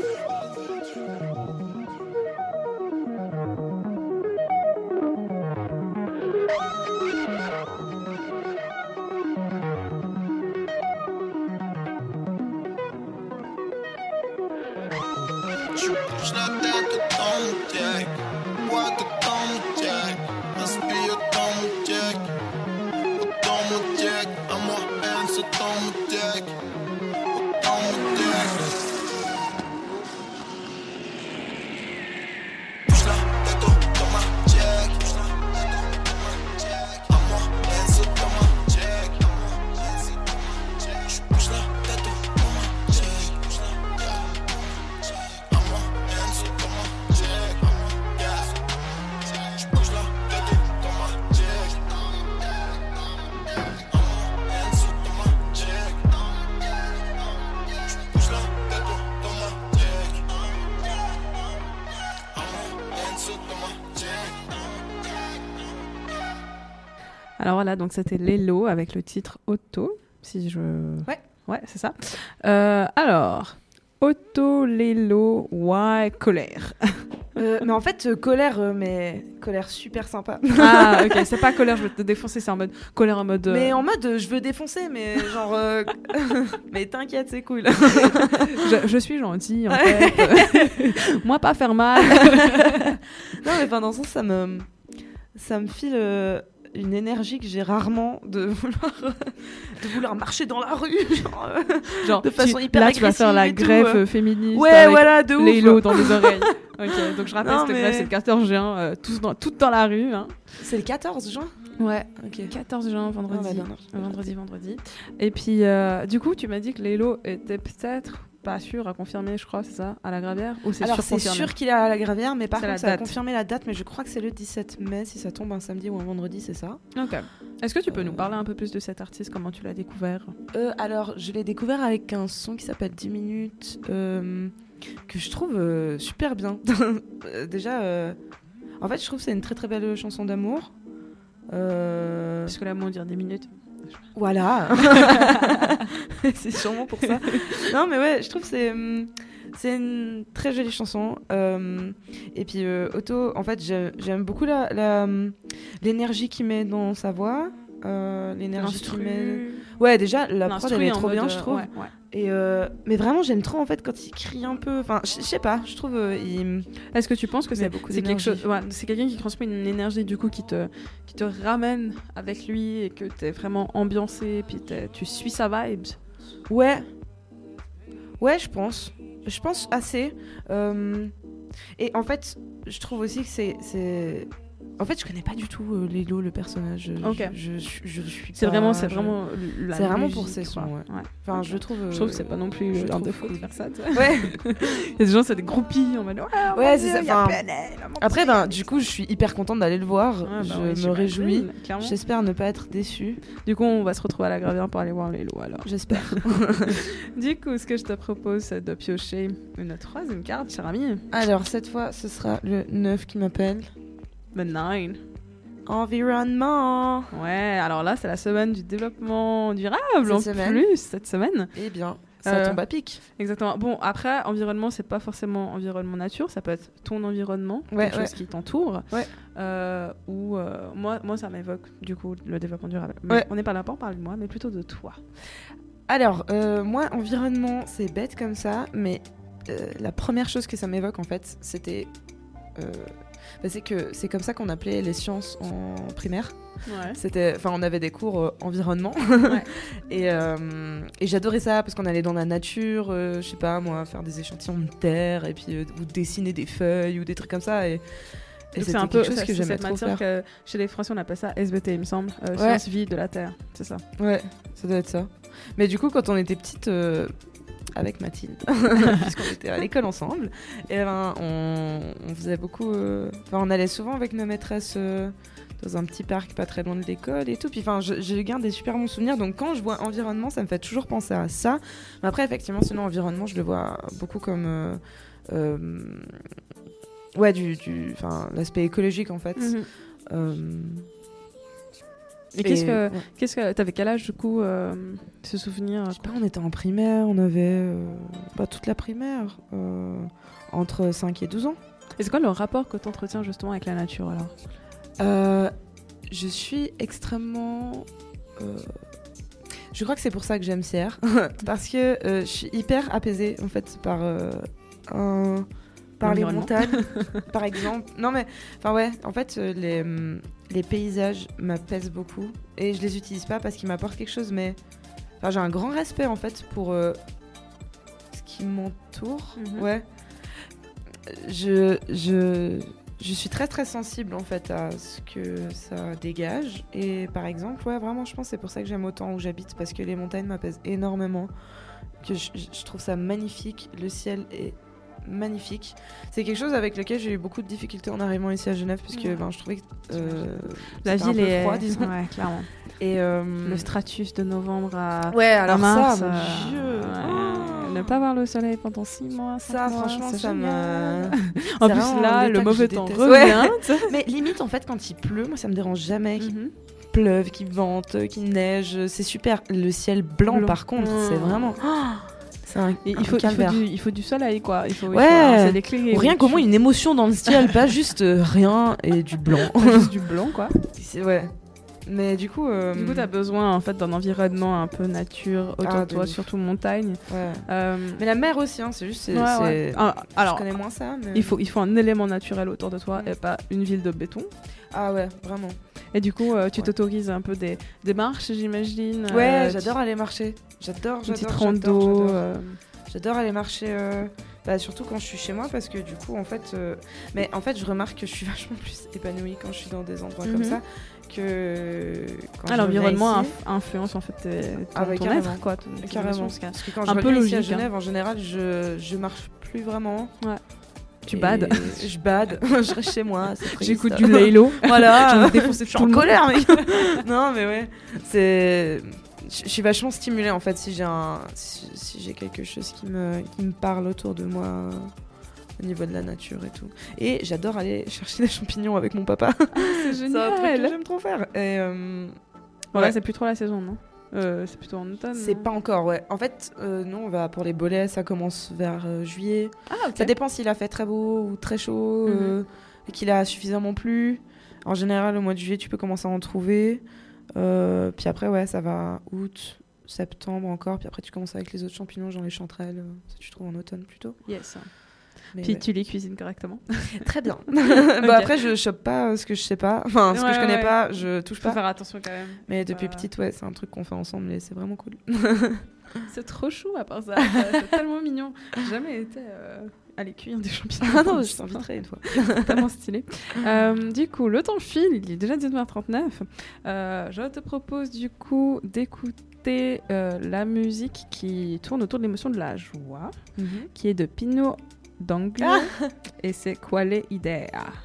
Tu bouges la tête autant mon check, boite autant mon check, inspire autant mon check, autant mon check, à moi hands autant mon check, autant mon check. Bouge la tête autant ma check, à moi hands autant ma check. Je bouge la tête autant ma check, à moi hands autant ma check. Je bouge la tête dans ma check. Elle saute dans ma check. Je bouge la tête dans ma check. Elle saute dans ma check. Alors voilà, donc c'était Lelo avec le titre Auto, si je... Ouais. Ouais, c'est ça. Euh, alors, Auto, Lelo, why, colère. Euh, mais en fait, euh, colère, euh, mais colère super sympa. Ah, ok, c'est pas colère, je veux te défoncer, c'est en mode colère en mode. Euh... Mais en mode, euh, je veux défoncer, mais genre. Euh... mais t'inquiète, c'est cool. je, je suis gentille, en fait. Moi, pas faire mal. Non, mais enfin, dans le sens, ça me, ça me file euh, une énergie que j'ai rarement de vouloir, de vouloir marcher dans la rue, genre, euh, genre de façon tu, hyper là, agressive. Là, tu vas faire la et greffe tout, euh. féministe. Ouais, avec voilà, de ouf. les lots dans les oreilles. Ok, donc je rappelle, Non, cette mais... greffe, c'est le quatorze juin, euh, tous dans, toutes dans la rue. Hein. C'est le quatorze juin. Ouais, ok. quatorze juin, vendredi. Ah, bah, non, non. Vendredi, vendredi. Et puis, euh, du coup, tu m'as dit que Lelo était peut-être pas sûr à confirmer, je crois, c'est ça, à la Gravière, ou c'est Alors sûr c'est confirmé sûr qu'il est à la Gravière, mais par c'est contre la ça a date. confirmé la date, mais je crois que c'est le dix-sept mai, si ça tombe un samedi ou un vendredi, c'est ça. Ok. Est-ce que tu peux Euh... nous parler un peu plus de cet artiste, comment tu l'as découvert? euh, Alors, je l'ai découvert avec un son qui s'appelle dix minutes, euh, que je trouve euh, super bien. Déjà, euh... en fait, je trouve que c'est une très très belle chanson d'amour. Euh... Parce que l'amour dire dix minutes. Voilà. C'est sûrement pour ça. Non, mais ouais, je trouve que c'est, c'est une très jolie chanson. Euh, et puis, euh, Otto, en fait, j'aime, j'aime beaucoup la, la, l'énergie qu'il met dans sa voix. euh, l'énergie qu'il L'instru. met. Ouais, déjà, la L'instru prod, elle est en trop mode, bien, euh, je trouve. ouais, ouais. Et euh, mais vraiment, j'aime trop en fait quand il crie un peu. Enfin, je je sais pas, je trouve. euh, il... Est-ce que tu penses que Il y a c'est beaucoup c'est quelque d'énergie. chose, ouais, c'est quelqu'un qui transmet une énergie du coup qui te qui te ramène avec lui et que t'es vraiment ambiancé puis t'es- tu suis sa vibes. Ouais. Ouais, je pense. Je pense assez. Euh, Et en fait, je trouve aussi que c'est. c'est... En fait, je connais pas du tout euh, Lélo, le personnage. Je- Ok. Je, je, je, je suis C'est pas- vraiment c'est je- vraiment la C'est vraiment musique, pour ses quoi. sons, ouais. Ouais. Enfin, je le trouve. euh, Je trouve que c'est pas non plus je leur trouve défaut de cool. faire ça. tu sais. Ouais. Il y a des gens c'est des groupies en mode ouais, oh Ouais, mon c'est Dieu, ça, il y a enfin, P N L, mon Après, Dieu. ben, du coup, je suis hyper contente d'aller le voir. Ouais, bah je oui, me j'imagine, réjouis. clairement. J'espère ne pas être déçue. Du coup, on va se retrouver à la Gravière pour aller voir les lots alors. J'espère. Du coup, ce que je te propose, c'est de piocher une troisième carte, cher ami. Alors, cette fois, ce sera le neuf qui m'appelle. The Nine. Environnement. Ouais, alors là, c'est la semaine du développement durable Cette en semaine. plus, cette semaine. Eh bien, ça Euh, tombe à pic. Exactement. Bon, après, environnement, c'est pas forcément environnement nature, ça peut être ton environnement, Ouais, quelque ouais. chose qui t'entoure. Ouais. Euh, ou euh, moi, moi, ça m'évoque du coup le développement durable. Mais Ouais. on n'est pas là pour parler de moi, mais plutôt de toi. Alors, euh, moi, environnement, c'est bête comme ça, mais euh, la première chose que ça m'évoque, en fait, c'était... euh, bah, c'est que c'est comme ça qu'on appelait les sciences en primaire. Ouais. C'était, enfin, on avait des cours euh, environnement. Ouais. et, euh, et j'adorais ça parce qu'on allait dans la nature, euh, je sais pas moi, faire des échantillons de terre et puis euh, ou dessiner des feuilles ou des trucs comme ça. Et, et Donc c'était c'est un quelque peu chose c'est- que c'est j'aimais cette trop matière faire. que chez les Français on appelle ça S V T, il me semble, euh, Ouais. sciences vie de la terre, c'est ça. Ouais, ça doit être ça. Mais du coup, quand on était petite, euh, avec Mathilde, puisqu'on était à l'école ensemble, et ben, on, on faisait beaucoup. euh, Enfin, on allait souvent avec nos maîtresses euh, dans un petit parc pas très loin de l'école et tout. Puis, enfin, je, je garde des super bons souvenirs. Donc, quand je vois environnement, ça me fait toujours penser à ça. Mais après, effectivement, sinon, environnement, je le vois beaucoup comme. euh, euh, ouais, du, du, enfin, l'aspect écologique en fait. Mhm. Euh, Et qu'est-ce que ouais. qu'est-ce que t'avais quel âge du coup euh, ce souvenir? Je sais pas, on était en primaire, on avait euh, bah, toute la primaire, euh, entre cinq et douze ans. Et c'est quoi le rapport que t'entretiens justement avec la nature alors? Euh, je suis extrêmement... euh, je crois que c'est pour ça que j'aime Sierre, parce que euh, je suis hyper apaisée en fait par, euh, un- par les L'environnement. montagnes, par exemple. Non mais, enfin ouais, en fait euh, les, hum, les paysages m'apaisent beaucoup et je les utilise pas parce qu'ils m'apportent quelque chose, mais enfin, j'ai un grand respect en fait pour euh, ce qui m'entoure. Mhm. Ouais. Je, je, je suis très très sensible en fait à ce que ça dégage et par exemple, ouais, vraiment, je pense que c'est pour ça que j'aime autant où j'habite parce que les montagnes m'apaisent énormément, que je, je trouve ça magnifique, le ciel est magnifique. C'est quelque chose avec lequel j'ai eu beaucoup de difficultés en arrivant ici à Genève puisque Ouais. ben, je trouvais que euh, La c'était un ville peu est froid, disons. ouais, clairement. Et euh, Le stratus de novembre à, ouais, à alors mars. ça, mon euh, Dieu. ouais. Oh. Ne pas voir le soleil pendant six mois. cinq Ça, mois, franchement, c'est ça me. génial. En C'est plus vraiment là, un le état que mauvais je temps déteste. revient. tu sais. Mais limite, en fait, quand il pleut, moi, ça me dérange jamais. Qu'il Mhm. pleuve, qu'il vente, qu'il neige, c'est super. Le ciel blanc, Blanc. par contre, Mmh. c'est vraiment. Oh, c'est un, Et un il faut, il, faut calvaire. du, il faut du soleil quoi. Il faut, il faut Ouais. un ciel éclairé. Ou rien donc qu'au tu- moins une émotion dans le ciel, pas juste euh, rien et du blanc. pas juste du blanc quoi. C'est- ouais. Mais du coup. euh, Du coup, t'as besoin en fait d'un environnement un peu nature autour Ah, de de toi, ouf. surtout montagne. ouais. Euh, Mais la mer aussi, hein, c'est juste. c'est- ouais, c'est- ouais. Ah, alors, je connais moins ça. Mais... il faut, il faut un élément naturel autour de toi Mm. et pas une ville de béton. Ah ouais, vraiment. Et du coup, euh, tu Ouais. t'autorises un peu des, des marches, j'imagine. Ouais, euh, j'adore aller marcher. J'adore, Une j'adore. petite j'adore, rando. j'adore. euh, J'adore aller marcher, euh, bah, surtout quand je suis chez moi, parce que du coup, en fait, euh, mais en fait, je remarque que je suis vachement plus épanouie quand je suis dans des endroits Mhm. comme ça que quand Ah, je l'environnement reviens ici. inf- influence en fait tes- ton, Ah ouais, ton carrément. être quoi. ton- tes Carrément. émotions, parce que Parce que quand un je peu reviens ici à logique, hein. Genève, en général, je, je marche plus vraiment. Ouais. Tu Et bades. Je bade. je reste chez moi. c'est triste. J'écoute du Laylo. Voilà. J'en ai défoncé Je suis tout en le monde. colère, mec. Non, mais ouais. C'est. Je je suis vachement stimulée en fait si j'ai un si, si j'ai quelque chose qui me qui me parle autour de moi euh, au niveau de la nature et tout. Et j'adore aller chercher des champignons avec mon papa. C'est C'est un truc que génial. j'aime trop faire. Et euh, Ouais, ouais. c'est plus trop la saison, non euh, C'est plutôt en automne. C'est non pas encore, ouais. En fait, euh, non, on va pour les bolets, ça commence vers euh, juillet. Ah, ok. Ça dépend s'il a fait très beau ou très chaud Mhm. euh, et qu'il a suffisamment plu. En général, au mois de juillet, tu peux commencer à en trouver. Euh, puis après, ouais, ça va août, septembre encore. Puis après, tu commences avec les autres champignons, genre les chanterelles. euh, Ça, tu trouves en automne plutôt. Yes. Mais Puis ouais. tu les cuisines correctement. Très bien. Ok. Bah, après, je chope pas euh, ce que je sais pas. Enfin, ce que Ouais, je connais ouais. pas, je touche Faut pas. faire attention quand même. Mais depuis pas- petite, ouais, c'est un truc qu'on fait ensemble et c'est vraiment cool. C'est trop chou à part ça. C'est c'est tellement mignon. J'ai jamais été euh, aller cueillir des champignons. Ah non, je t'inviterai une fois. Tellement stylé. Euh, du coup, le temps file, il est déjà dix-neuf heures trente-neuf. Euh, je te propose du coup d'écouter euh, la musique qui tourne autour de l'émotion de la joie, qui est de Pino D'Anglio, Ah. et c'est Quale Idea.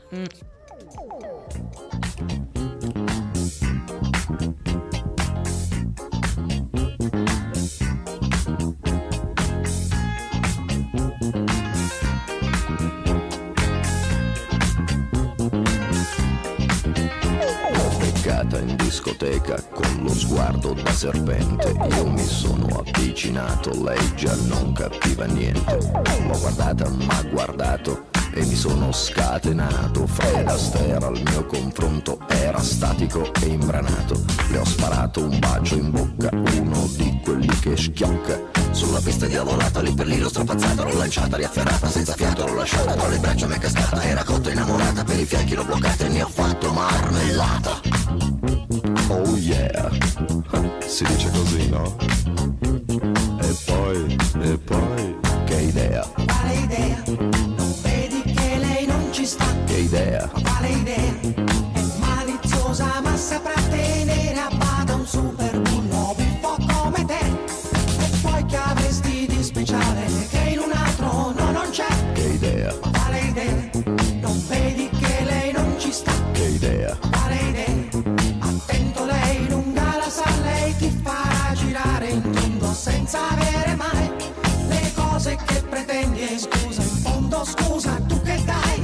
Beccata in discoteca con lo sguardo da serpente, io mi sono avvicinato, lei già non capiva niente. L'ho guardata, m'ha guardato e mi sono scatenato. Fred Astaire al mio confronto era statico e imbranato. Le ho sparato un bacio in bocca, uno di quelli che schiocca. Sulla pista diavolata, lì per lì l'ho strapazzata, l'ho lanciata, riafferrata, senza fiato l'ho lasciata, tra le braccia mi è cascata, era cotta innamorata, per i fianchi l'ho bloccata e ne ho fatto marmellata. Oh yeah, si dice così, no? E poi, e poi, Che idea, Quale idea? Non vedi che lei non ci sta? che idea, Quale idea? È maliziosa ma saprà tenere a bada un super bullo buffo come te. E poi che avresti di speciale che in un altro no non c'è? che idea, Quale idea? Non vedi che lei non ci sta? che idea, Quale idea? Attento, lei lunga la sa, lei ti farà girare in tondo senza avere mai le cose che pretendi. E scusa, in fondo scusa, tu che dai?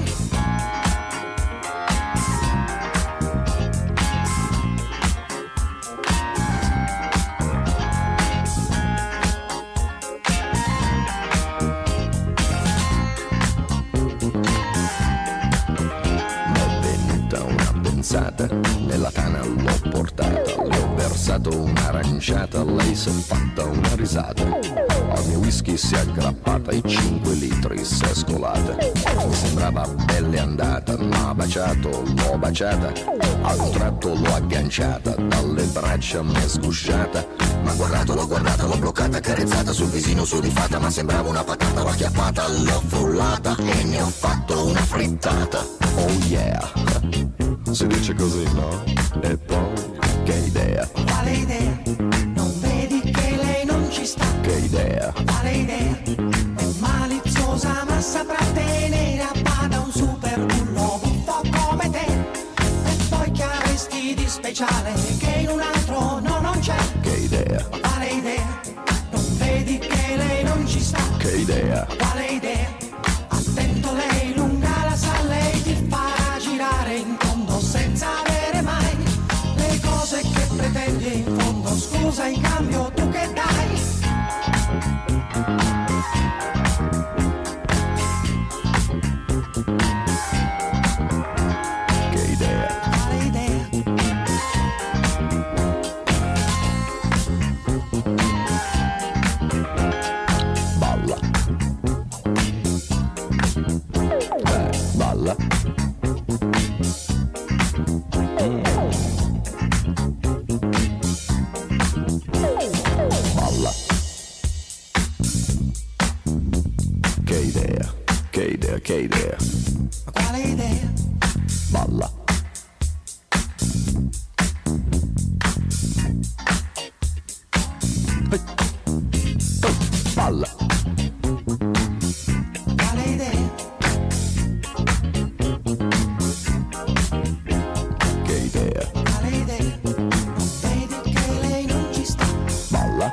m'è venuta una pensata, nella tana l'ho portata, le ho versato un'aranciata, lei si è fatta una risata, al mio whisky si è aggrappata e cinque litri si è scolata, mi sembrava belle andata, m'ha baciato, l'ho baciata, a un tratto l'ho agganciata, dalle braccia mi è sgusciata, m'ha guardato, l'ho guardata, l'ho bloccata, accarezzata sul visino su di fatta, ma sembrava una patata, l'ho acchiappata, l'ho frullata e ne ho fatto una frittata. Oh yeah, si dice così, no? E poi, che idea, Quale idea? Non vedi che lei non ci sta? che idea, Quale idea? È maliziosa ma saprà tenere a bada un super bullo buffo come te. E poi che avresti di speciale che in un altro no non c'è? che idea, Quale idea? Non vedi che lei non ci sta? che idea, Quale idea? Attento, lei lunga la sa, lei ti farà girare in tondo senza avere mai le cose che pretendi. In fondo scusa, in cambio tu che dai? che idea, Quale idea? balla, eh, balla, Mm. balla, che idea, che idea, che idea, Quale idea? balla. Balla, Quale idea? che idea, Quale idea? Non vedi che lei non ci sta? balla,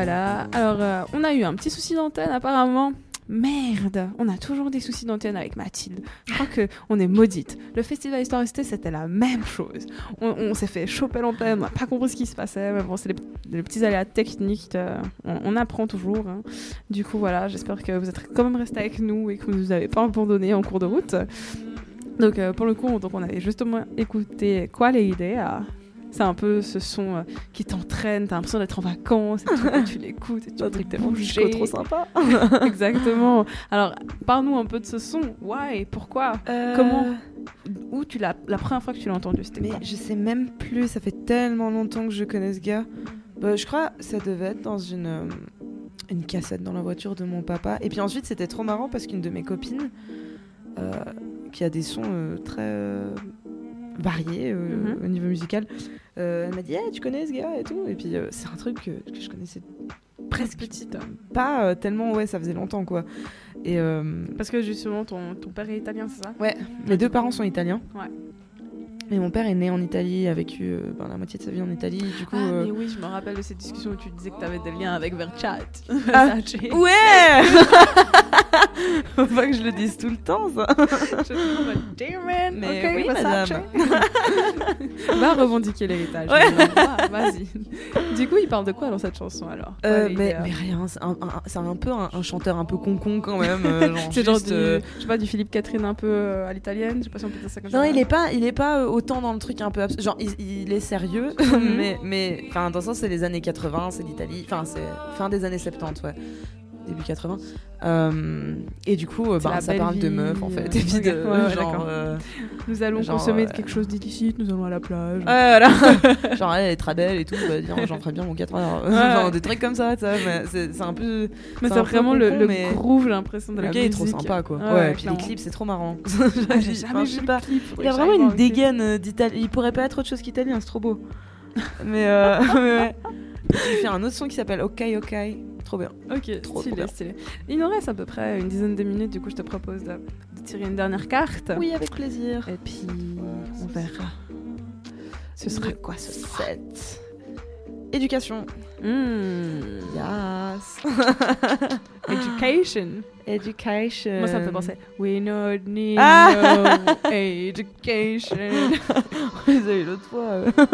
voilà. Alors, euh, on a eu un petit souci d'antenne apparemment. Merde, on a toujours des soucis d'antenne avec Mathilde. Je crois qu'on est maudite. Le festival Histoire Restée, c'était la même chose. On, on s'est fait choper l'antenne, on n'a pas compris ce qui se passait. Mais bon, c'est les, les petits aléas techniques. Euh, on, on apprend toujours. Hein. Du coup, voilà, j'espère que vous êtes quand même restés avec nous et que vous ne nous avez pas abandonnés en cours de route. Donc, euh, pour le coup, donc, on avait justement écouté Quale Idea. C'est un peu ce son euh, qui t'entraîne, t'as l'impression d'être en vacances, et tout, et tu l'écoutes, et tu peux te bouger. Trop sympa. Exactement. Alors, parle-nous un peu de ce son. Why ? Pourquoi ? Euh... Comment ? Où tu l'as la première fois que tu l'as entendu, c'était Mais quand ? je sais même plus, ça fait tellement longtemps que je connais ce gars. Bah, je crois que ça devait être dans une, euh, une cassette dans la voiture de mon papa. Et puis ensuite, c'était trop marrant parce qu'une de mes copines, euh, qui a des sons euh, très... Euh, variés euh, mm-hmm. au niveau musical, euh, elle m'a dit hey, tu connais ce gars et tout, et puis euh, c'est un truc que, que je connaissais presque petite, pas euh, tellement, ouais, ça faisait longtemps quoi. Et euh... parce que justement ton, ton père est italien, c'est ça ? Ouais, mes deux parents sont italiens. Ouais. Et mon père est né en Italie, a vécu euh, ben, la moitié de sa vie en Italie. Du coup, ah, euh... mais oui, je me rappelle de cette discussion où tu disais que tu avais des liens avec Versace. Ah, ouais. Faut pas que je le dise tout le temps, ça. Je te dis, man, mais okay, oui, Versace. madame. Va revendiquer l'héritage. Ouais. Ah, vas-y. Du coup, il parle de quoi dans cette chanson alors ? euh, mais, mais rien, c'est un, un, c'est un peu un, un chanteur un peu con-con quand même. Euh, genre c'est juste, genre du, euh... je sais pas, du Philippe Catherine un peu euh, à l'italienne, je sais pas si on peut dire ça comme ça. Non, il est pas, il est pas euh, autant dans le truc un peu abs- genre il, il est sérieux, mm-hmm. mais mais enfin dans le sens c'est les années quatre-vingts, c'est l'Italie, enfin c'est fin des années soixante-dix, ouais. Début quatre-vingts. Euh, et du coup, euh, bah, ça parle vie. de meufs en fait. Et puis de, ouais, ouais, genre, euh, nous allons genre, consommer euh... quelque chose d'illicite, nous allons à la plage. Ouais, voilà. Genre, elle est très belle et tout. Bah, dire, j'en ferais bien mon quatre heures. Ouais. Enfin, des trucs comme ça, ça. Mais c'est, c'est un peu. Mais c'est, c'est vraiment le, le mais... groove, j'ai l'impression de le la musique. Le gars est trop sympa, quoi. Ouais, ouais et puis les clips, c'est trop marrant. Ah, j'ai jamais enfin, vu pas. Clip, il a vraiment une dégaine d'italien. Il pourrait pas être autre chose qu'italien, c'est trop beau. Mais euh, ouais. J'ai fait un autre son qui s'appelle Ok Ok. Trop bien. Ok, trop, stylé, trop stylé. Il nous reste à peu près une dizaine de minutes, du coup je te propose de, de tirer une dernière carte. Oui, avec plaisir. Et puis on verra. Ce sera quoi ce set Éducation. Mm. Yes. Education. Education. Moi ça me fait penser. We not need ah no education. On les a eu l'autre fois.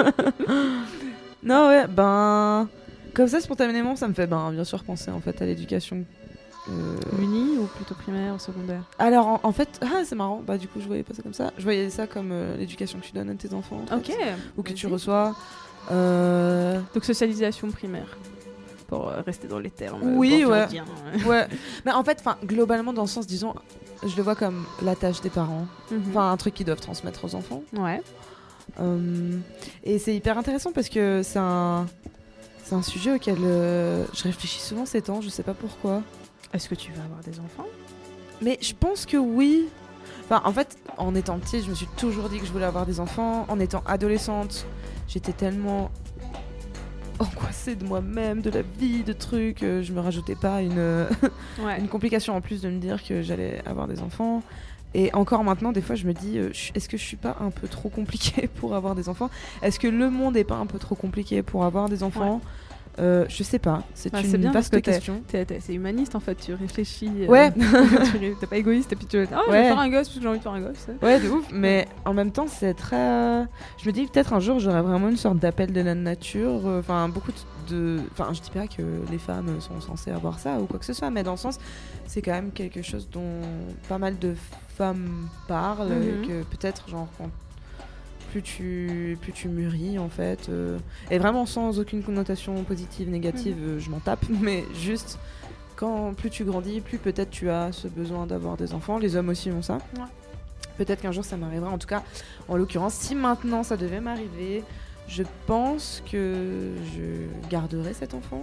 Non ouais, ben comme ça spontanément ça me fait ben bien sûr penser en fait à l'éducation. Euh... Uni ou plutôt primaire ou secondaire ? Alors en, en fait, ah, c'est marrant, bah du coup je voyais pas ça comme ça. Je voyais ça comme euh, l'éducation que tu donnes à tes enfants. En ok. Fait, ou que okay. tu reçois. Euh... Donc socialisation primaire. Pour euh, rester dans les termes. Oui, ouais. Bien. Ouais. Mais en fait, globalement, dans le sens, disons, je le vois comme la tâche des parents. Enfin, mm-hmm. un truc qu'ils doivent transmettre aux enfants. Ouais. Euh, et c'est hyper intéressant parce que c'est un, c'est un sujet auquel euh, je réfléchis souvent ces temps, je sais pas pourquoi. Est-ce que tu vas avoir des enfants ? Mais je pense que oui. Enfin, en fait, en étant petite, je me suis toujours dit que je voulais avoir des enfants. En étant adolescente, j'étais tellement angoissée de moi-même, de la vie, de trucs. Euh, je me rajoutais pas une, ouais. une complication en plus de me dire que j'allais avoir des enfants. Et encore maintenant, des fois, je me dis, euh, est-ce que je suis pas un peu trop compliquée pour avoir des enfants ? Est-ce que le monde est pas un peu trop compliqué pour avoir des enfants ? Ouais. Euh, je sais pas, c'est bah, une c'est bien vaste parce que question. T'es, t'es, c'est humaniste en fait, tu réfléchis. Euh, ouais. tu, t'es pas égoïste et puis tu. Oh, ouais. Je vais faire un gosse parce que j'ai envie de faire un gosse. Ouais, de ouf. Mais en même temps, c'est très. Euh... Je me dis que peut-être un jour j'aurai vraiment une sorte d'appel de la nature. Enfin, euh, beaucoup de. Enfin, je dis pas que les femmes sont censées avoir ça ou quoi que ce soit, mais dans le sens, c'est quand même quelque chose dont pas mal de femmes parlent, mm-hmm. et que peut-être, genre, quand plus tu, plus tu mûris en fait, euh, et vraiment sans aucune connotation positive, négative, mmh. euh, je m'en tape, mais juste quand plus tu grandis, plus peut-être tu as ce besoin d'avoir des enfants, les hommes aussi ont ça. Ouais. Peut-être qu'un jour ça m'arrivera, en tout cas, en l'occurrence, si maintenant ça devait m'arriver, je pense que je garderai cet enfant,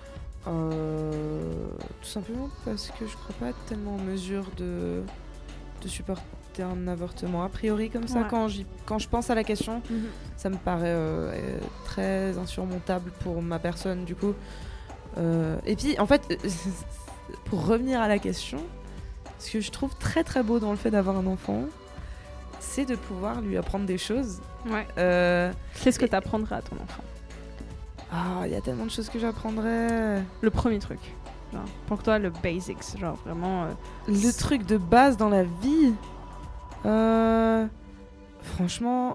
euh, tout simplement parce que je crois pas être tellement en mesure de, de supporter un avortement a priori comme ça. Ouais. Quand, j'y, quand je pense à la question, mm-hmm. ça me paraît euh, très insurmontable pour ma personne du coup. Euh, et puis en fait, pour revenir à la question, ce que je trouve très très beau dans le fait d'avoir un enfant, c'est de pouvoir lui apprendre des choses. Ouais. Euh, Qu'est-ce que tu apprendras à ton enfant ? Ah, il y a tellement de choses que j'apprendrais. Le premier truc. Genre, pour toi, le basics, genre vraiment. Euh, Le truc de base dans la vie. Euh... Franchement.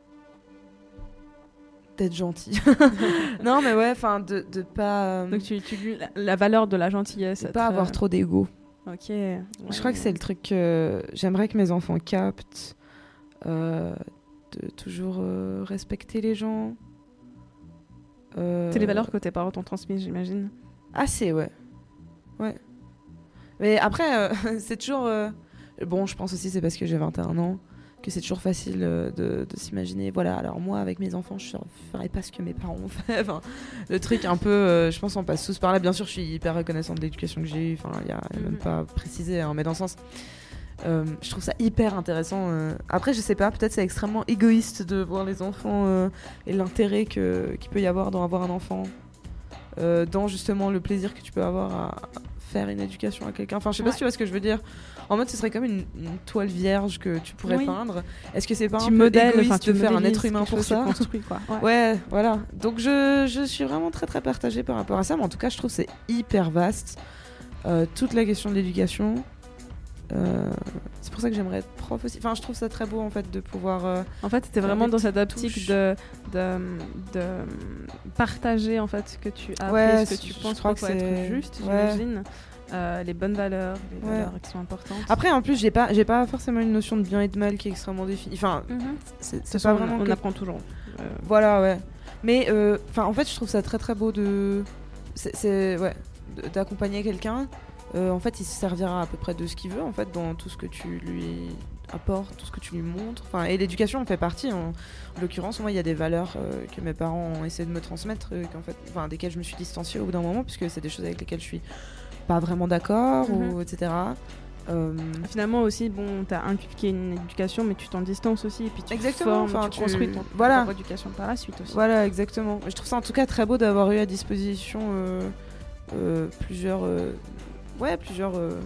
D'être gentil. Non, mais ouais, enfin, de, de pas. euh, Donc tu, tu la, la valeur de la gentillesse. de être, pas avoir euh, trop d'ego. Ok. Ouais. Je crois que c'est le truc que j'aimerais que mes enfants captent. Euh, de toujours euh, respecter les gens. Euh, C'est les valeurs que tes parents t'ont transmises, j'imagine. Assez, ouais. Ouais. Mais après, euh, c'est toujours... euh, Bon, je pense aussi c'est parce que j'ai vingt et un ans que c'est toujours facile euh, de, de s'imaginer. Voilà, alors moi, avec mes enfants, je ne ferais pas ce que mes parents ont fait. Enfin, le truc un peu... euh, je pense qu'on passe tous par là. Bien sûr, je suis hyper reconnaissante de l'éducation que j'ai eue. Enfin, il n'y a, y a même Mhm. pas précisé, hein, mais dans le sens... Euh, je trouve ça hyper intéressant. euh. Après, je sais pas, peut-être c'est extrêmement égoïste de voir les enfants euh, et l'intérêt que, qu'il peut y avoir dans avoir un enfant, euh, dans justement le plaisir que tu peux avoir à faire une éducation à quelqu'un. Enfin, je sais pas Ouais. si tu vois ce que je veux dire. En mode, ce serait comme une, une toile vierge que tu pourrais Oui. peindre. Est-ce que c'est pas Tu un peu modèles, égoïste enfin, tu de faire un modélises être humain quelque pour chose, tu ça? construis, quoi. Ouais. Ouais, voilà. Donc je, je suis vraiment très très partagée par rapport à ça, mais en tout cas, je trouve que c'est hyper vaste. Euh, toute la question de l'éducation. Euh, c'est pour ça que j'aimerais être prof aussi. Enfin, je trouve ça très beau en fait de pouvoir. euh, En fait, c'était Faire vraiment des dans cette petites optique touches. de, de, de partager en fait ce que tu as Ouais, appris, ce que je- tu je penses crois pour que être c'est- juste, ouais. j'imagine. Euh, les bonnes valeurs, les Ouais. valeurs qui sont importantes. Après, en plus, j'ai pas, j'ai pas forcément une notion de bien et de mal qui est extrêmement définie. Enfin, Mhm. c'est De toute c'est façon, pas on- vraiment. on que- apprend toujours. Euh, Voilà, ouais. Mais, euh, enfin, en fait, je trouve ça très très beau de. C'est, c'est- ouais, de- d'accompagner quelqu'un. Euh, en fait, il se servira à peu près de ce qu'il veut, en fait, dans tout ce que tu lui apportes, tout ce que tu lui montres. Enfin, et l'éducation en fait partie. En, en l'occurrence, moi, il y a des valeurs euh, que mes parents ont essayé de me transmettre, euh, qu'en fait, enfin, desquelles je me suis distanciée au bout d'un moment, puisque c'est des choses avec lesquelles je suis pas vraiment d'accord, Mhm. ou et cetera. Euh, Finalement aussi, bon, t'as inculqué une éducation, mais tu t'en distances aussi, et puis tu Exactement, formes, enfin, tu, tu- construis ton voilà. propre éducation par la suite aussi. Voilà, exactement. Je trouve ça en tout cas très beau d'avoir eu à disposition euh, euh, plusieurs, euh, ouais, plusieurs euh,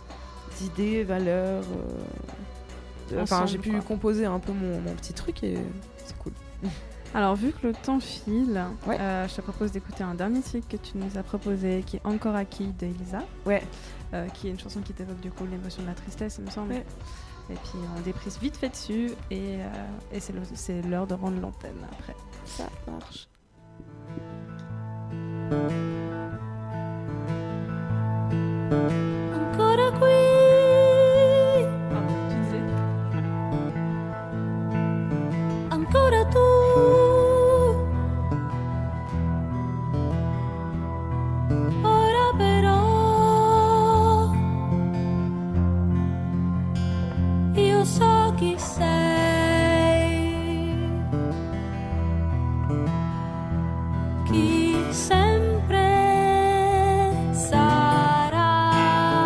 idées, valeurs. euh, de- Enfin, Ensemble, j'ai pu quoi. composer un peu mon, mon petit truc et c'est cool. Alors, vu que le temps file, Ouais. euh, je te propose d'écouter un dernier titre que tu nous as proposé, qui est Encore acquis d'Elisa. Ouais. Euh, qui est une chanson qui t'évoque du coup l'émotion de la tristesse, il me semble. Ouais. Et puis on déprise vite fait dessus, et, euh, et c'est, le- c'est l'heure de rendre l'antenne après. Ça marche. Ancora qui, Pardon, tu disais ancora tu. Ora però io so chi sei, chi sempre sarai.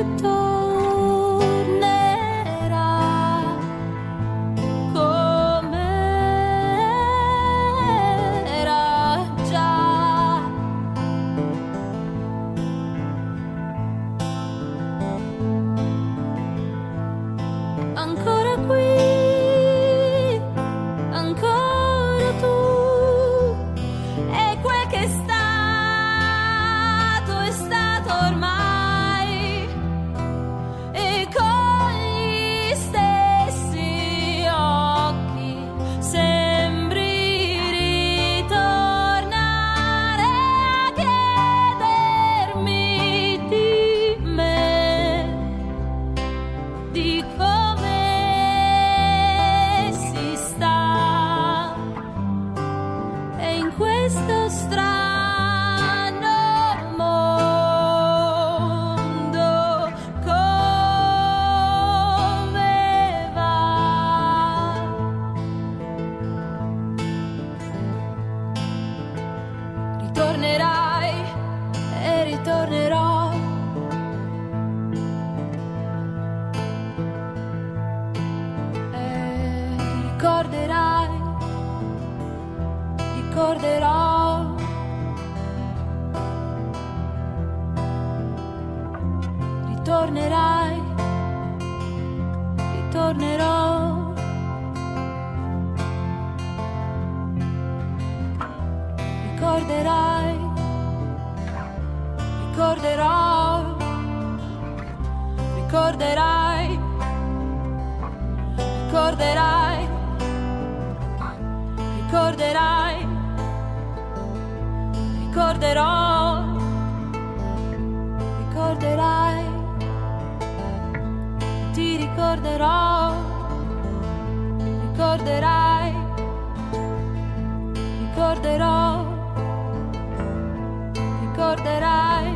tornerà come era già. Ancora qui, ancora tu, e quel che è stato è stato ormai, e con gli stessi occhi sembri ritornare a chiedermi di me, di come si sta, e in questo strano mondo come va. Ritornerai e ritornerò. E ricorderai, ricorderò. Ritornerai, ritornerò. Ricorderai, ricorderò. Ricorderai, ricorderai. Ricorderai, ricorderò. Ricorderai, ti ricorderò. Ricorderai, ricorderò. Ricorderai.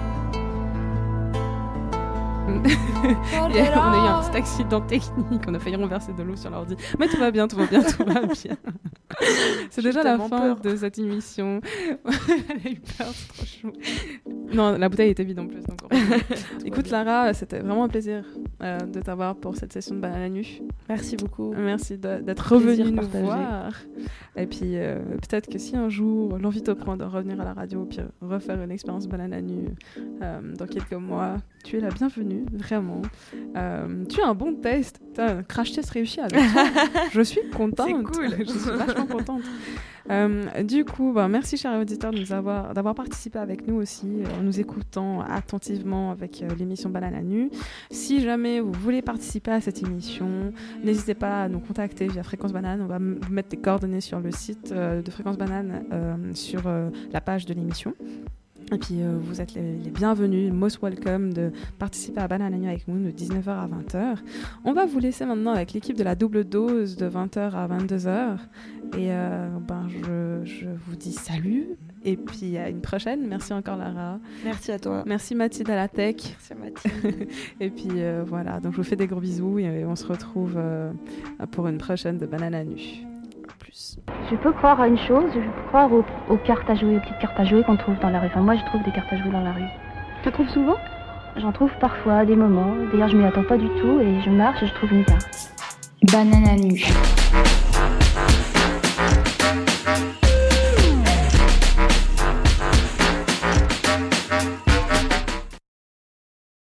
Et on a eu un petit accident technique, on a failli renverser de l'eau sur l'ordi. Mais tout va bien, tout va bien, tout va bien. C'est déjà la fin peur. de cette émission. Elle a eu peur, c'est trop chaud. Non, la bouteille était vide en plus. Donc écoute Lara, c'était vraiment un plaisir euh, de t'avoir pour cette session de Banane à Nu. Merci beaucoup. Merci de, d'être revenue nous partagé. voir. Et puis euh, peut-être que si un jour l'envie te prend de revenir à la radio, puis refaire une expérience Banane à Nu euh, dans quelques mois, tu es la bienvenue, vraiment. Euh, tu as un bon test. T'as un crash test réussi avec toi. Je suis contente. C'est cool. Je suis vachement contente. Euh, du coup, bah, merci chers auditeurs de nous avoir, d'avoir participé avec nous aussi, euh, en nous écoutant attentivement avec euh, l'émission Banane à Nu. Si jamais vous voulez participer à cette émission, n'hésitez pas à nous contacter via Fréquence Banane. On va m- mettre des coordonnées sur le site euh, de Fréquence Banane, euh, sur euh, la page de l'émission. Et puis euh, vous êtes les, les bienvenus, most welcome de participer à Banane à Nu avec nous de dix-neuf heures à vingt heures. On va vous laisser maintenant avec l'équipe de la double dose de vingt heures à vingt-deux heures. Et euh, ben, je, je vous dis salut et puis à une prochaine. Merci encore Lara. Merci à toi. Merci Mathilde à la tech. Merci Mathilde. Et puis euh, voilà, donc je vous fais des gros bisous et on se retrouve euh, pour une prochaine de Banane à Nu. Plus. Je peux croire à une chose, je peux croire aux, aux cartes à jouer, aux petites cartes à jouer qu'on trouve dans la rue. Enfin, moi, je trouve des cartes à jouer dans la rue. Tu en trouves souvent? J'en trouve parfois, à des moments. D'ailleurs, je m'y attends pas du tout et je marche et je trouve une carte. Banane à Nu.